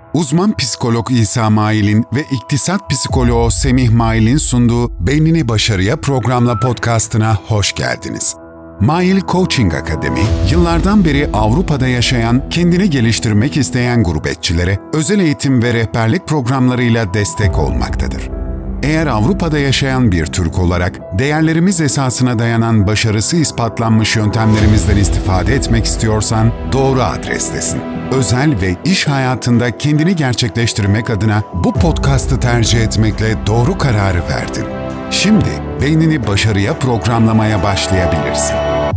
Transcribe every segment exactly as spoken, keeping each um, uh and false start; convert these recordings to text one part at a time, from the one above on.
Uzman psikolog İsa Mail'in ve iktisat psikoloğu Semih Mail'in sunduğu Beynini Başarıya programla podcastına hoş geldiniz. Mail Coaching Akademi, yıllardan beri Avrupa'da yaşayan, kendini geliştirmek isteyen gurbetçilere özel eğitim ve rehberlik programlarıyla destek olmaktadır. Eğer Avrupa'da yaşayan bir Türk olarak değerlerimiz esasına dayanan başarısı ispatlanmış yöntemlerimizden istifade etmek istiyorsan doğru adrestesin. Özel ve iş hayatında kendini gerçekleştirmek adına bu podcast'ı tercih etmekle doğru kararı verdin. Şimdi beynini başarıya programlamaya başlayabilirsin.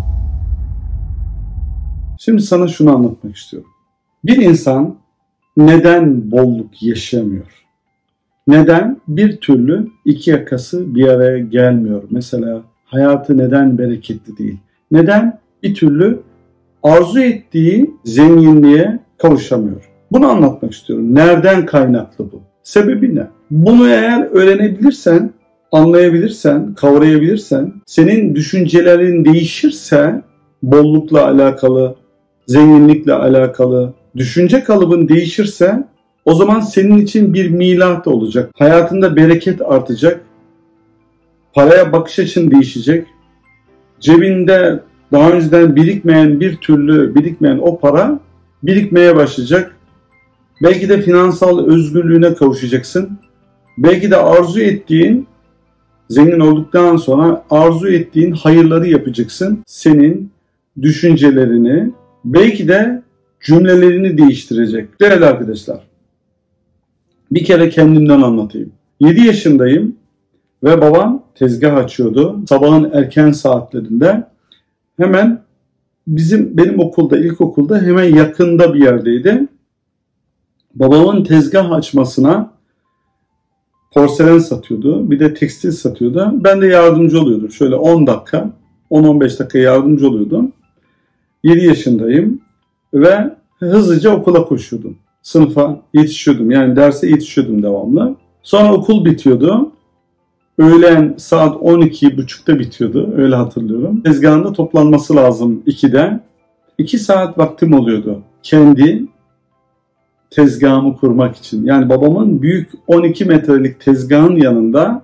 Şimdi sana şunu anlatmak istiyorum. Bir insan neden bolluk yaşamıyor? Neden bir türlü iki yakası bir araya gelmiyor? Mesela hayatı neden bereketli değil? Neden bir türlü arzu ettiği zenginliğe kavuşamıyor? Bunu anlatmak istiyorum. Nereden kaynaklı bu? Sebebi ne? Bunu eğer öğrenebilirsen, anlayabilirsen, kavrayabilirsen, senin düşüncelerin değişirse, bollukla alakalı, zenginlikle alakalı, düşünce kalıbın değişirse, o zaman senin için bir milat olacak. Hayatında bereket artacak. Paraya bakış açın değişecek. Cebinde daha önceden birikmeyen bir türlü birikmeyen o para birikmeye başlayacak. Belki de finansal özgürlüğüne kavuşacaksın. Belki de arzu ettiğin, zengin olduktan sonra arzu ettiğin hayırları yapacaksın. Senin düşüncelerini, belki de cümlelerini değiştirecek. Değerli arkadaşlar, bir kere kendimden anlatayım. yedi yaşındayım ve babam tezgah açıyordu. Sabahın erken saatlerinde hemen bizim benim okulda, ilkokulda hemen yakında bir yerdeydi. Babamın tezgah açmasına porselen satıyordu. Bir de tekstil satıyordu. Ben de yardımcı oluyordum. Şöyle on dakika, on on beş dakika yardımcı oluyordum. yedi yaşındayım ve hızlıca okula koşuyordum. Sınıfa yetişiyordum. Yani derse yetişiyordum devamlı. Sonra okul bitiyordu. Öğlen saat on iki buçukta bitiyordu. Öyle hatırlıyorum. Tezgahında toplanması lazım ikide. iki saat vaktim oluyordu. Kendi tezgahımı kurmak için. Yani babamın büyük on iki metrelik tezgahın yanında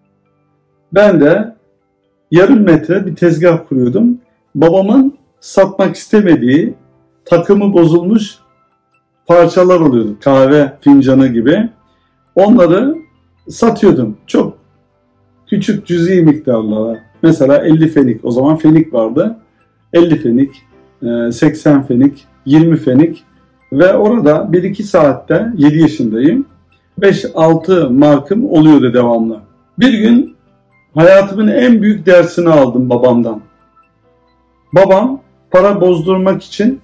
ben de yarım metre bir tezgah kuruyordum. Babamın satmak istemediği, takımı bozulmuş parçalar oluyordu. Kahve fincanı gibi. Onları satıyordum. Çok küçük cüzi miktarlara. Mesela elli fenik. O zaman fenik vardı. elli fenik, seksen fenik, yirmi fenik. Ve orada bir iki saatte yedi yaşındayım. beş altı markım oluyordu devamlı. Bir gün hayatımın en büyük dersini aldım babamdan. Babam para bozdurmak için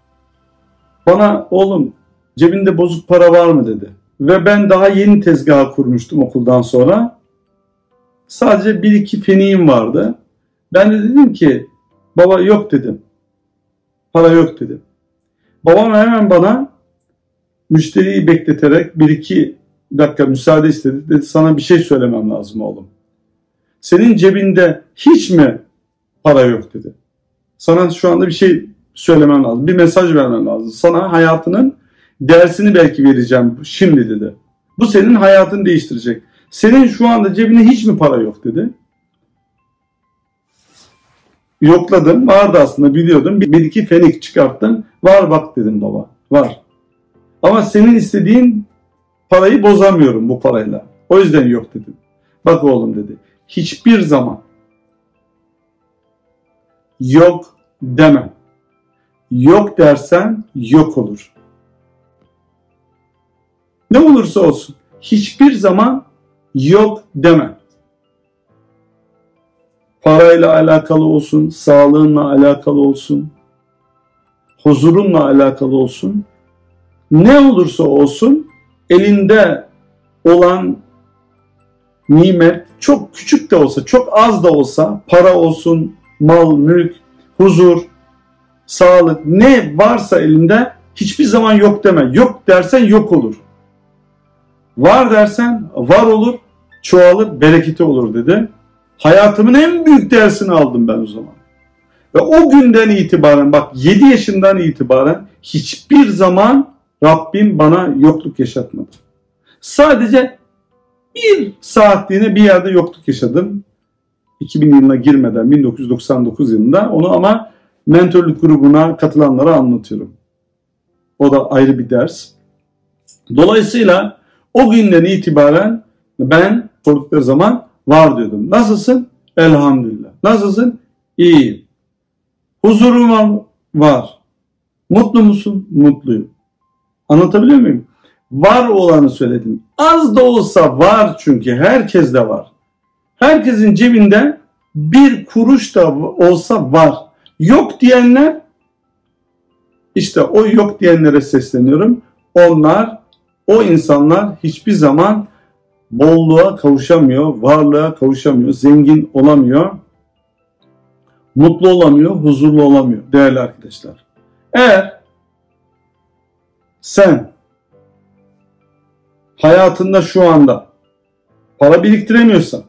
bana oğlum cebinde bozuk para var mı dedi. Ve ben daha yeni tezgahı kurmuştum okuldan sonra. Sadece bir iki feniğim vardı. Ben de dedim ki baba yok dedim. Para yok dedim. Babam hemen bana müşteriyi bekleterek bir iki dakika müsaade istedi. Dedi sana bir şey söylemem lazım oğlum. Senin cebinde hiç mi para yok dedi. Sana şu anda bir şey söylemem lazım. Bir mesaj vermem lazım. Sana hayatının dersini belki vereceğim şimdi dedi. Bu senin hayatını değiştirecek. Senin şu anda cebinde hiç mi para yok dedi. Yokladım. Vardı aslında biliyordum. Bir iki fenik çıkarttım. Var bak dedim baba. Var. Ama senin istediğin parayı bozamıyorum bu parayla. O yüzden yok dedim. Bak oğlum dedi. Hiçbir zaman yok deme. Yok dersen yok olur. Ne olursa olsun hiçbir zaman yok deme. Parayla alakalı olsun, sağlığınla alakalı olsun, huzurunla alakalı olsun. Ne olursa olsun elinde olan nimet çok küçük de olsa, çok az da olsa, para olsun, mal, mülk, huzur, sağlık ne varsa elinde hiçbir zaman yok deme. Yok dersen yok olur. Var dersen var olur, çoğalır, bereketi olur dedi. Hayatımın en büyük dersini aldım ben o zaman. Ve o günden itibaren bak yedi yaşından itibaren hiçbir zaman Rabbim bana yokluk yaşatmadı. Sadece bir saatliğine bir yerde yokluk yaşadım. iki bin yılına girmeden bin dokuz yüz doksan dokuz yılında onu ama mentörlük grubuna katılanlara anlatıyorum. O da ayrı bir ders. Dolayısıyla o günden itibaren ben sordukları zaman var diyordum. Nasılsın? Elhamdülillah. Nasılsın? İyiyim. Huzurum var? Var. Mutlu musun? Mutluyum. Anlatabiliyor muyum? Var olanı söyledim. Az da olsa var çünkü. Herkes de var. Herkesin cebinde bir kuruş da olsa var. Yok diyenler, işte o yok diyenlere sesleniyorum. Onlar, o insanlar hiçbir zaman bolluğa kavuşamıyor, varlığa kavuşamıyor, zengin olamıyor, mutlu olamıyor, huzurlu olamıyor değerli arkadaşlar. Eğer sen hayatında şu anda para biriktiremiyorsan,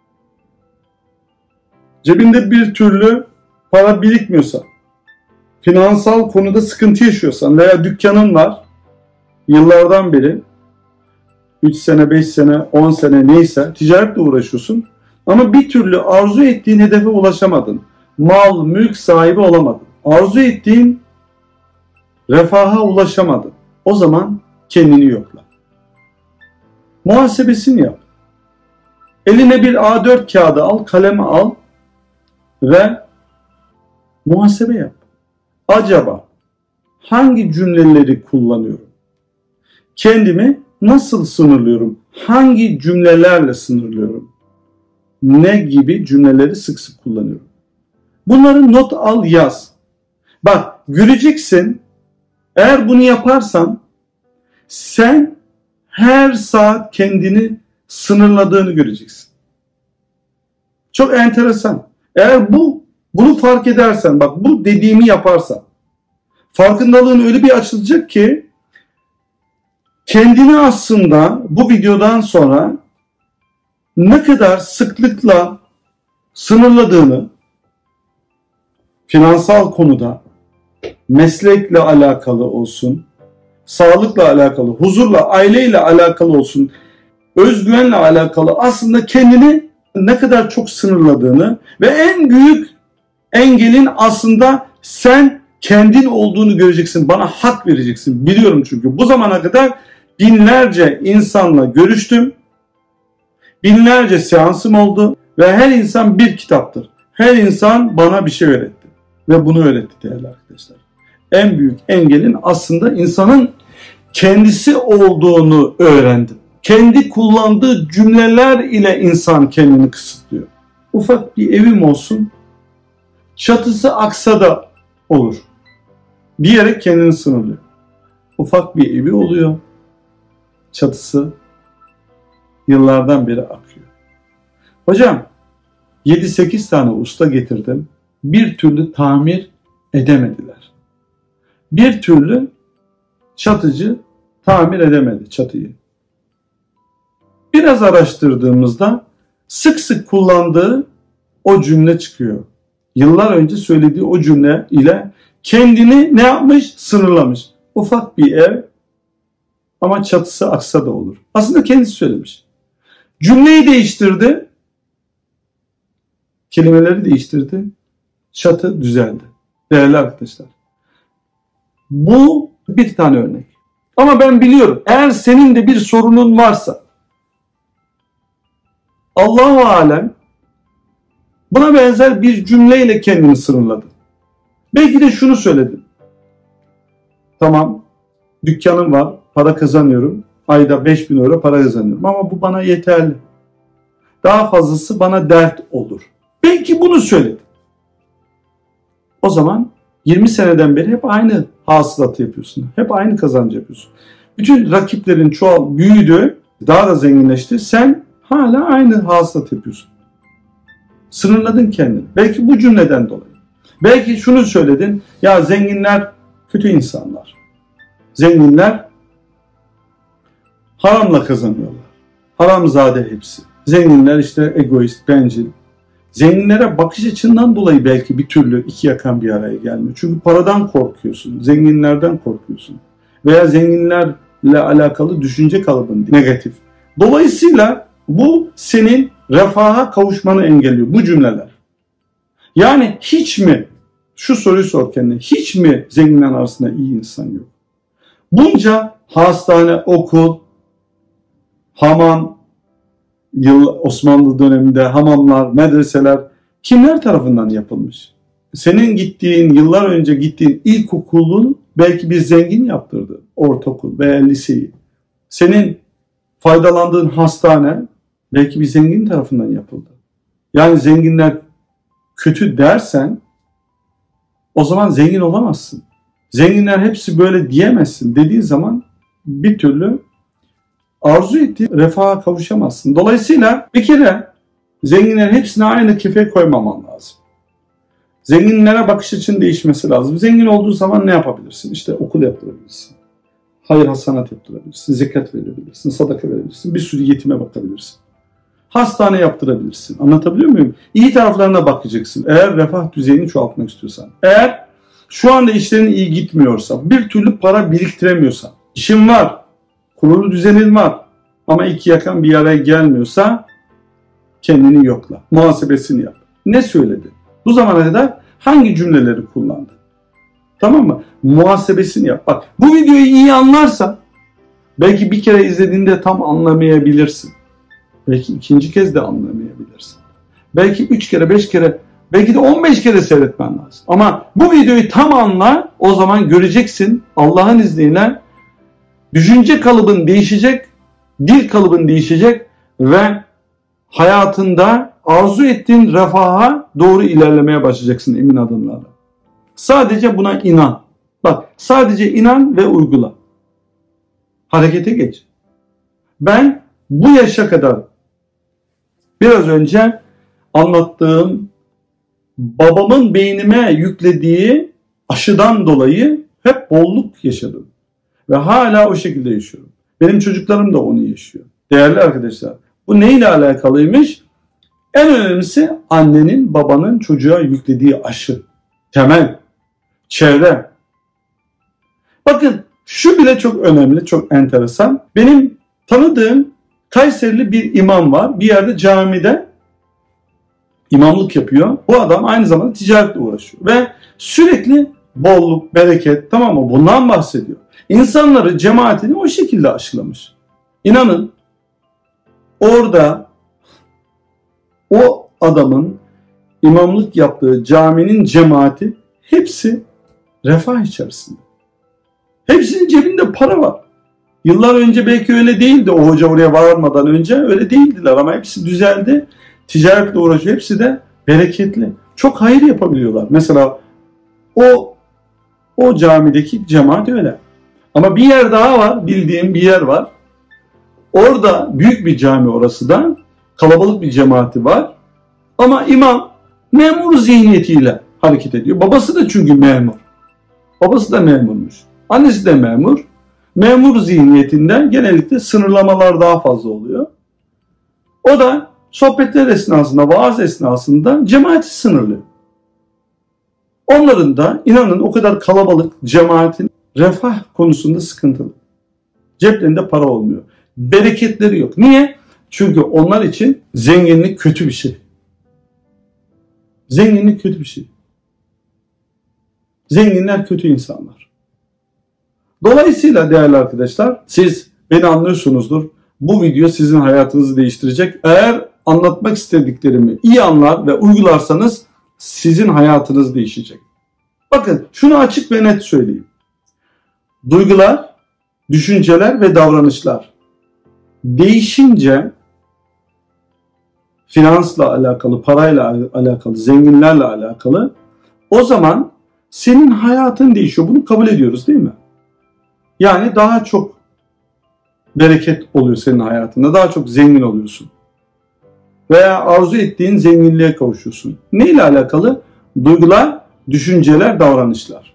cebinde bir türlü para birikmiyorsa, finansal konuda sıkıntı yaşıyorsan veya dükkanın var yıllardan beri üç sene, beş sene, on sene neyse ticaretle uğraşıyorsun ama bir türlü arzu ettiğin hedefe ulaşamadın. Mal, mülk sahibi olamadın. Arzu ettiğin refaha ulaşamadın. O zaman kendini yokla. Muhasebesini yap. Eline bir A dört kağıdı al, kalemi al ve muhasebe yap. Acaba hangi cümleleri kullanıyorum? Kendimi nasıl sınırlıyorum? Hangi cümlelerle sınırlıyorum? Ne gibi cümleleri sık sık kullanıyorum? Bunları not al, yaz. Bak, göreceksin. Eğer bunu yaparsan sen her saat kendini sınırladığını göreceksin. Çok enteresan. Eğer bu bunu fark edersen, bak bu dediğimi yaparsan, farkındalığın öyle bir açılacak ki kendini aslında bu videodan sonra ne kadar sıklıkla sınırladığını, finansal konuda, meslekle alakalı olsun, sağlıkla alakalı, huzurla, aileyle alakalı olsun, özgüvenle alakalı aslında kendini ne kadar çok sınırladığını ve en büyük engelin aslında sen kendin olduğunu göreceksin. Bana hak vereceksin. Biliyorum çünkü bu zamana kadar binlerce insanla görüştüm. Binlerce seansım oldu ve her insan bir kitaptır. Her insan bana bir şey öğretti ve bunu öğretti değerli arkadaşlar. En büyük engelin aslında insanın kendisi olduğunu öğrendim. Kendi kullandığı cümleler ile insan kendini kısıtlıyor. Ufak bir evim olsun, çatısı aksa da olur diyerek kendini sınırlıyor. Ufak bir evi oluyor, çatısı yıllardan beri akıyor. Hocam yedi sekiz tane usta getirdim, bir türlü tamir edemediler. Bir türlü çatıcı tamir edemedi çatıyı. Biraz araştırdığımızda sık sık kullandığı o cümle çıkıyor. Yıllar önce söylediği o cümle ile kendini ne yapmış? Sınırlamış. Ufak bir ev ama çatısı aksa da olur. Aslında kendisi söylemiş. Cümleyi değiştirdi. Kelimeleri değiştirdi. Çatı düzeldi. Değerli arkadaşlar. Bu bir tane örnek. Ama ben biliyorum eğer senin de bir sorunun varsa Allah-u Alem buna benzer bir cümleyle kendini sınırladı. Belki de şunu söyledin. Tamam, dükkanım var, para kazanıyorum. Ayda beş bin euro para kazanıyorum ama bu bana yeterli. Daha fazlası bana dert olur. Belki bunu söyledin. O zaman yirmi seneden beri hep aynı hasılatı yapıyorsun. Hep aynı kazancı yapıyorsun. Bütün rakiplerin çoğal büyüdü, daha da zenginleşti. Sen hala aynı hasılat yapıyorsun. Sınırladın kendini. Belki bu cümleden dolayı. Belki şunu söyledin. Ya zenginler kötü insanlar. Zenginler haramla kazanıyorlar. Haramzade hepsi. Zenginler işte egoist, bencil. Zenginlere bakış açısından dolayı belki bir türlü iki yakan bir araya gelmiyor. Çünkü paradan korkuyorsun. Zenginlerden korkuyorsun. veya zenginlerle alakalı düşünce kalıbın negatif. Dolayısıyla bu senin refaha kavuşmanı engelliyor bu cümleler. Yani hiç mi, şu soruyu sor kendine, hiç mi zenginler arasında iyi insan yok? Bunca hastane, okul, hamam, yıl Osmanlı döneminde hamamlar, medreseler kimler tarafından yapılmış? Senin gittiğin, yıllar önce gittiğin ilkokulun belki bir zengin yaptırdı, ortaokul veya liseyi. Senin faydalandığın hastane belki bir zengin tarafından yapıldı. Yani zenginler kötü dersen o zaman zengin olamazsın. Zenginler hepsi böyle diyemezsin dediğin zaman bir türlü arzu ettiğin refaha kavuşamazsın. Dolayısıyla bir kere zenginlerin hepsine aynı kefeye koymaman lazım. Zenginlere bakış açın değişmesi lazım. Zengin olduğu zaman ne yapabilirsin? İşte okul yaptırabilirsin. Hayır hasanat yaptırabilirsin. Zekat verebilirsin. Sadaka verebilirsin. Bir sürü yetime bakabilirsin. Hastane yaptırabilirsin. Anlatabiliyor muyum? İyi taraflarına bakacaksın. Eğer refah düzeyini çoğaltmak istiyorsan. Eğer şu anda işlerin iyi gitmiyorsa, bir türlü para biriktiremiyorsan, işin var, kurulu düzenin var ama iki yakan bir araya gelmiyorsa kendini yokla. Muhasebesini yap. Ne söyledin? Bu zamana kadar hangi cümleleri kullandın? Tamam mı? Muhasebesini yap. Bak bu videoyu iyi anlarsan belki bir kere izlediğinde tam anlamayabilirsin. Belki ikinci kez de anlamayabilirsin. Belki üç kere, beş kere, belki de on beş kere seyretmen lazım. Ama bu videoyu tam anla, o zaman göreceksin Allah'ın izniyle düşünce kalıbın değişecek, dil kalıbın değişecek ve hayatında arzu ettiğin refaha doğru ilerlemeye başlayacaksın emin adımlarla. Sadece buna inan. Bak sadece inan ve uygula. Harekete geç. Ben bu yaşa kadar biraz önce anlattığım babamın beynime yüklediği aşıdan dolayı hep bolluk yaşadım. Ve hala o şekilde yaşıyorum. Benim çocuklarım da onu yaşıyor. Değerli arkadaşlar, bu neyle alakalıymış? En önemlisi annenin, babanın çocuğa yüklediği aşı. Temel, çevre. Bakın şu bile çok önemli, çok enteresan. Benim tanıdığım Kayserili bir imam var. Bir yerde camide imamlık yapıyor. Bu adam aynı zamanda ticaretle uğraşıyor. Ve sürekli bolluk, bereket, tamam mı? Bundan bahsediyor. İnsanları, cemaatini o şekilde aşılamış. İnanın orada o adamın imamlık yaptığı caminin cemaati hepsi refah içerisinde. Hepsinin cebinde para var. Yıllar önce belki öyle değildi. O hoca oraya varmadan önce öyle değildiler ama hepsi düzeldi. Ticaretle uğraşıyor. Hepsi de bereketli. Çok hayır yapabiliyorlar. Mesela o o camideki cemaat öyle. Ama bir yer daha var. Bildiğim bir yer var. Orada büyük bir cami orası da. Kalabalık bir cemaati var. Ama imam memur zihniyetiyle hareket ediyor. Babası da çünkü memur. Babası da memurmuş. Annesi de memur. Memur zihniyetinden genellikle sınırlamalar daha fazla oluyor. O da sohbetler esnasında, vaaz esnasında cemaati sınırlıyor. Onların da inanın o kadar kalabalık cemaatin refah konusunda sıkıntılı. Ceplerinde para olmuyor. Bereketleri yok. Niye? Çünkü onlar için zenginlik kötü bir şey. Zenginlik kötü bir şey. Zenginler kötü insanlar. Dolayısıyla değerli arkadaşlar, siz beni anlıyorsunuzdur. Bu video sizin hayatınızı değiştirecek. Eğer anlatmak istediklerimi iyi anlar ve uygularsanız sizin hayatınız değişecek. Bakın şunu açık ve net söyleyeyim. Duygular, düşünceler ve davranışlar değişince finansla alakalı, parayla alakalı, zenginlerle alakalı o zaman senin hayatın değişiyor. Bunu kabul ediyoruz değil mi? Yani daha çok bereket oluyor senin hayatında. Daha çok zengin oluyorsun. Veya arzu ettiğin zenginliğe kavuşuyorsun. Ne ile alakalı? Duygular, düşünceler, davranışlar.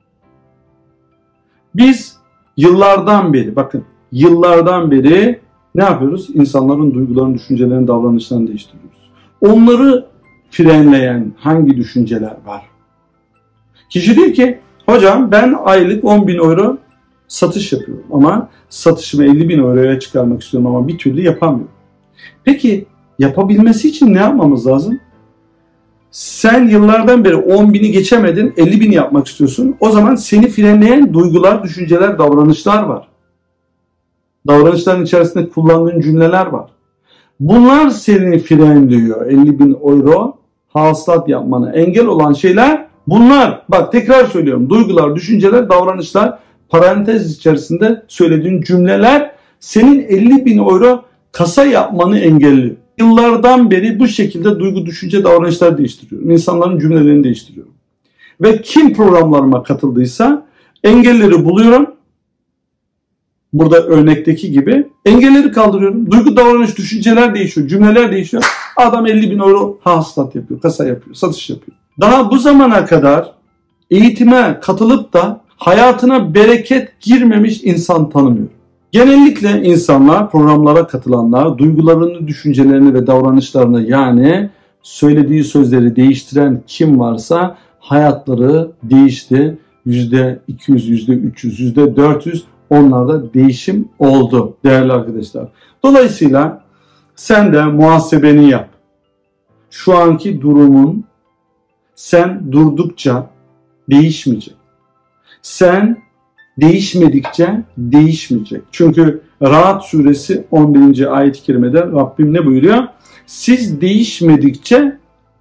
Biz yıllardan beri, bakın yıllardan beri ne yapıyoruz? İnsanların duygularını, düşüncelerini, davranışlarını değiştiriyoruz. Onları frenleyen hangi düşünceler var? Kişi diyor ki, hocam ben aylık on bin euro Satış yapıyorum ama satışımı elli bin euroya çıkarmak istiyorum ama bir türlü yapamıyorum. Peki yapabilmesi için ne yapmamız lazım? Sen yıllardan beri on bini geçemedin, elli bini yapmak istiyorsun. O zaman seni frenleyen duygular, düşünceler, davranışlar var. Davranışların içerisinde kullandığın cümleler var. Bunlar seni frenliyor. elli bin euro hasılat yapmana engel olan şeyler bunlar. Bak tekrar söylüyorum. Duygular, düşünceler, davranışlar, parantez içerisinde söylediğin cümleler senin elli bin euro kasa yapmanı engelliyor. Yıllardan beri bu şekilde duygu, düşünce, davranışlar değiştiriyorum. İnsanların cümlelerini değiştiriyorum. Ve kim programlarıma katıldıysa engelleri buluyorum. Burada örnekteki gibi engelleri kaldırıyorum. Duygu, davranış, düşünceler değişiyor, cümleler değişiyor. Adam elli bin euro hasılat yapıyor, kasa yapıyor, satış yapıyor. Daha bu zamana kadar eğitime katılıp da hayatına bereket girmemiş insan tanımıyorum. Genellikle insanlar, programlara katılanlar, duygularını, düşüncelerini ve davranışlarını yani söylediği sözleri değiştiren kim varsa hayatları değişti. yüzde iki yüz, yüzde üç yüz, yüzde dört yüz onlarda değişim oldu değerli arkadaşlar. Dolayısıyla sen de muhasebeni yap. Şu anki durumun sen durdukça değişmeyecek. Sen değişmedikçe değişmeyecek. Çünkü Rahat suresi on birinci ayet-i kerimede Rabbim ne buyuruyor? Siz değişmedikçe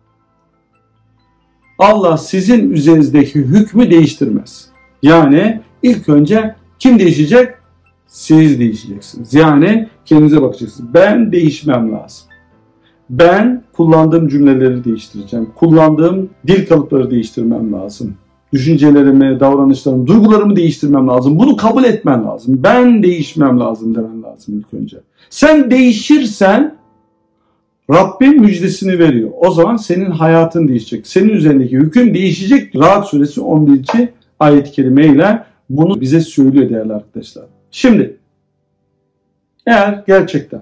Allah sizin üzerinizdeki hükmü değiştirmez. Yani ilk önce kim değişecek? Siz değişeceksiniz. Yani kendinize bakacaksınız. Ben değişmem lazım. Ben kullandığım cümleleri değiştireceğim. Kullandığım dil kalıpları değiştirmem lazım. Düşüncelerimi, davranışlarımı, duygularımı değiştirmem lazım. Bunu kabul etmen lazım. Ben değişmem lazım demen lazım ilk önce. Sen değişirsen Rabbim müjdesini veriyor. O zaman senin hayatın değişecek. Senin üzerindeki hüküm değişecek. Rahat suresi on birinci ayet-i kerime ile bunu bize söylüyor değerli arkadaşlar. Şimdi eğer gerçekten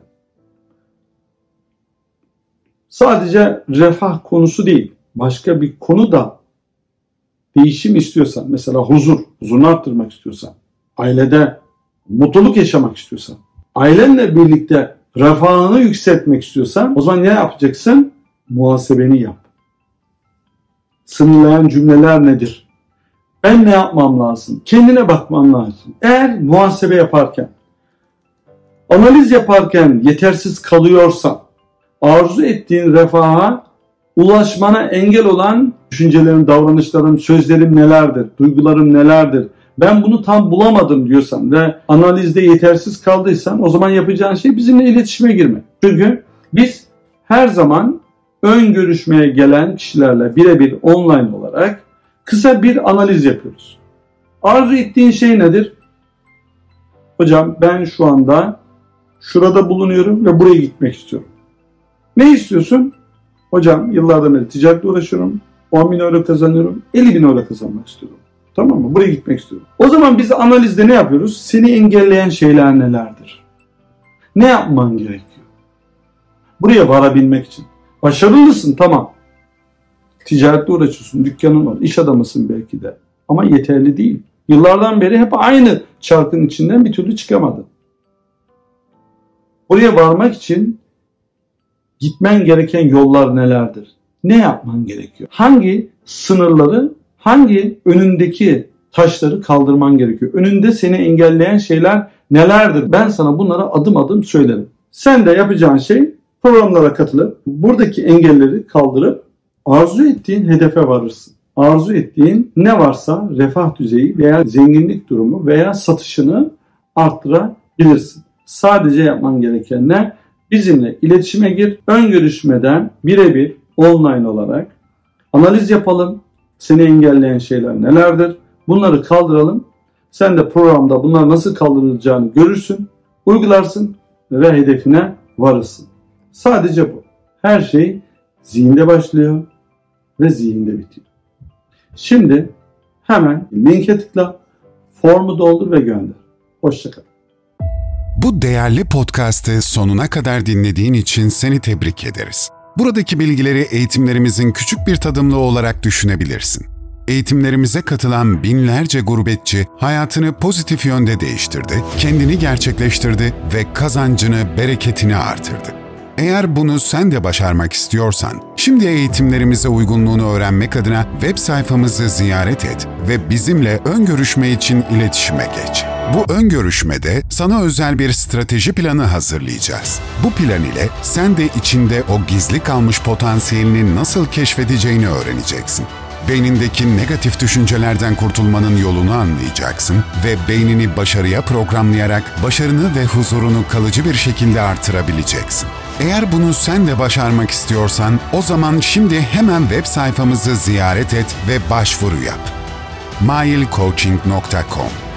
sadece refah konusu değil, başka bir konu da değişim istiyorsan, mesela huzur, huzurunu arttırmak istiyorsan, ailede mutluluk yaşamak istiyorsan, ailenle birlikte refahını yükseltmek istiyorsan, o zaman ne yapacaksın? Muhasebeni yap. Sınırlayan cümleler nedir? Ben ne yapmam lazım? Kendine bakman lazım. Eğer muhasebe yaparken, analiz yaparken yetersiz kalıyorsan, arzu ettiğin refaha ulaşmana engel olan düşüncelerim, davranışlarım, sözlerim nelerdir, duygularım nelerdir, ben bunu tam bulamadım diyorsan ve analizde yetersiz kaldıysan o zaman yapacağın şey bizimle iletişime girmek. Çünkü biz her zaman ön görüşmeye gelen kişilerle birebir online olarak kısa bir analiz yapıyoruz. Arzu ettiğin şey nedir? Hocam ben şu anda şurada bulunuyorum ve buraya gitmek istiyorum. Ne istiyorsun? Hocam yıllardan beri ticaretle uğraşıyorum. on bin euro kazanıyorum. elli bin euro kazanmak istiyorum. Tamam mı? Buraya gitmek istiyorum. O zaman biz analizde ne yapıyoruz? Seni engelleyen şeyler nelerdir? Ne yapman gerekiyor? Buraya varabilmek için. Başarılısın tamam. Ticaretle uğraşıyorsun. Dükkanın var. İş adamısın belki de. Ama yeterli değil. Yıllardan beri hep aynı çarkın içinden bir türlü çıkamadın. Buraya varmak için gitmen gereken yollar nelerdir? Ne yapman gerekiyor? Hangi sınırları, hangi önündeki taşları kaldırman gerekiyor? Önünde seni engelleyen şeyler nelerdir? Ben sana bunlara adım adım söylerim. Sen de yapacağın şey programlara katılıp buradaki engelleri kaldırıp arzu ettiğin hedefe varırsın. Arzu ettiğin ne varsa refah düzeyi veya zenginlik durumu veya satışını arttırabilirsin. Sadece yapman gerekenler bizimle iletişime gir. Ön görüşmeden birebir online olarak analiz yapalım. Seni engelleyen şeyler nelerdir? Bunları kaldıralım. Sen de programda bunlar nasıl kaldırılacağını görürsün, uygularsın ve hedefine varırsın. Sadece bu. Her şey zihinde başlıyor ve zihinde bitiyor. Şimdi hemen linke tıkla, formu doldur ve gönder. Hoşça kal. Bu değerli podcast'ı sonuna kadar dinlediğin için seni tebrik ederiz. Buradaki bilgileri eğitimlerimizin küçük bir tadımlığı olarak düşünebilirsin. Eğitimlerimize katılan binlerce gurbetçi hayatını pozitif yönde değiştirdi, kendini gerçekleştirdi ve kazancını, bereketini artırdı. Eğer bunu sen de başarmak istiyorsan, şimdi eğitimlerimize uygunluğunu öğrenmek adına web sayfamızı ziyaret et ve bizimle ön görüşme için iletişime geç. Bu ön görüşmede sana özel bir strateji planı hazırlayacağız. Bu plan ile sen de içinde o gizli kalmış potansiyelini nasıl keşfedeceğini öğreneceksin. Beynindeki negatif düşüncelerden kurtulmanın yolunu anlayacaksın ve beynini başarıya programlayarak başarını ve huzurunu kalıcı bir şekilde artırabileceksin. Eğer bunu sen de başarmak istiyorsan, o zaman şimdi hemen web sayfamızı ziyaret et ve başvuru yap. mail coaching nokta com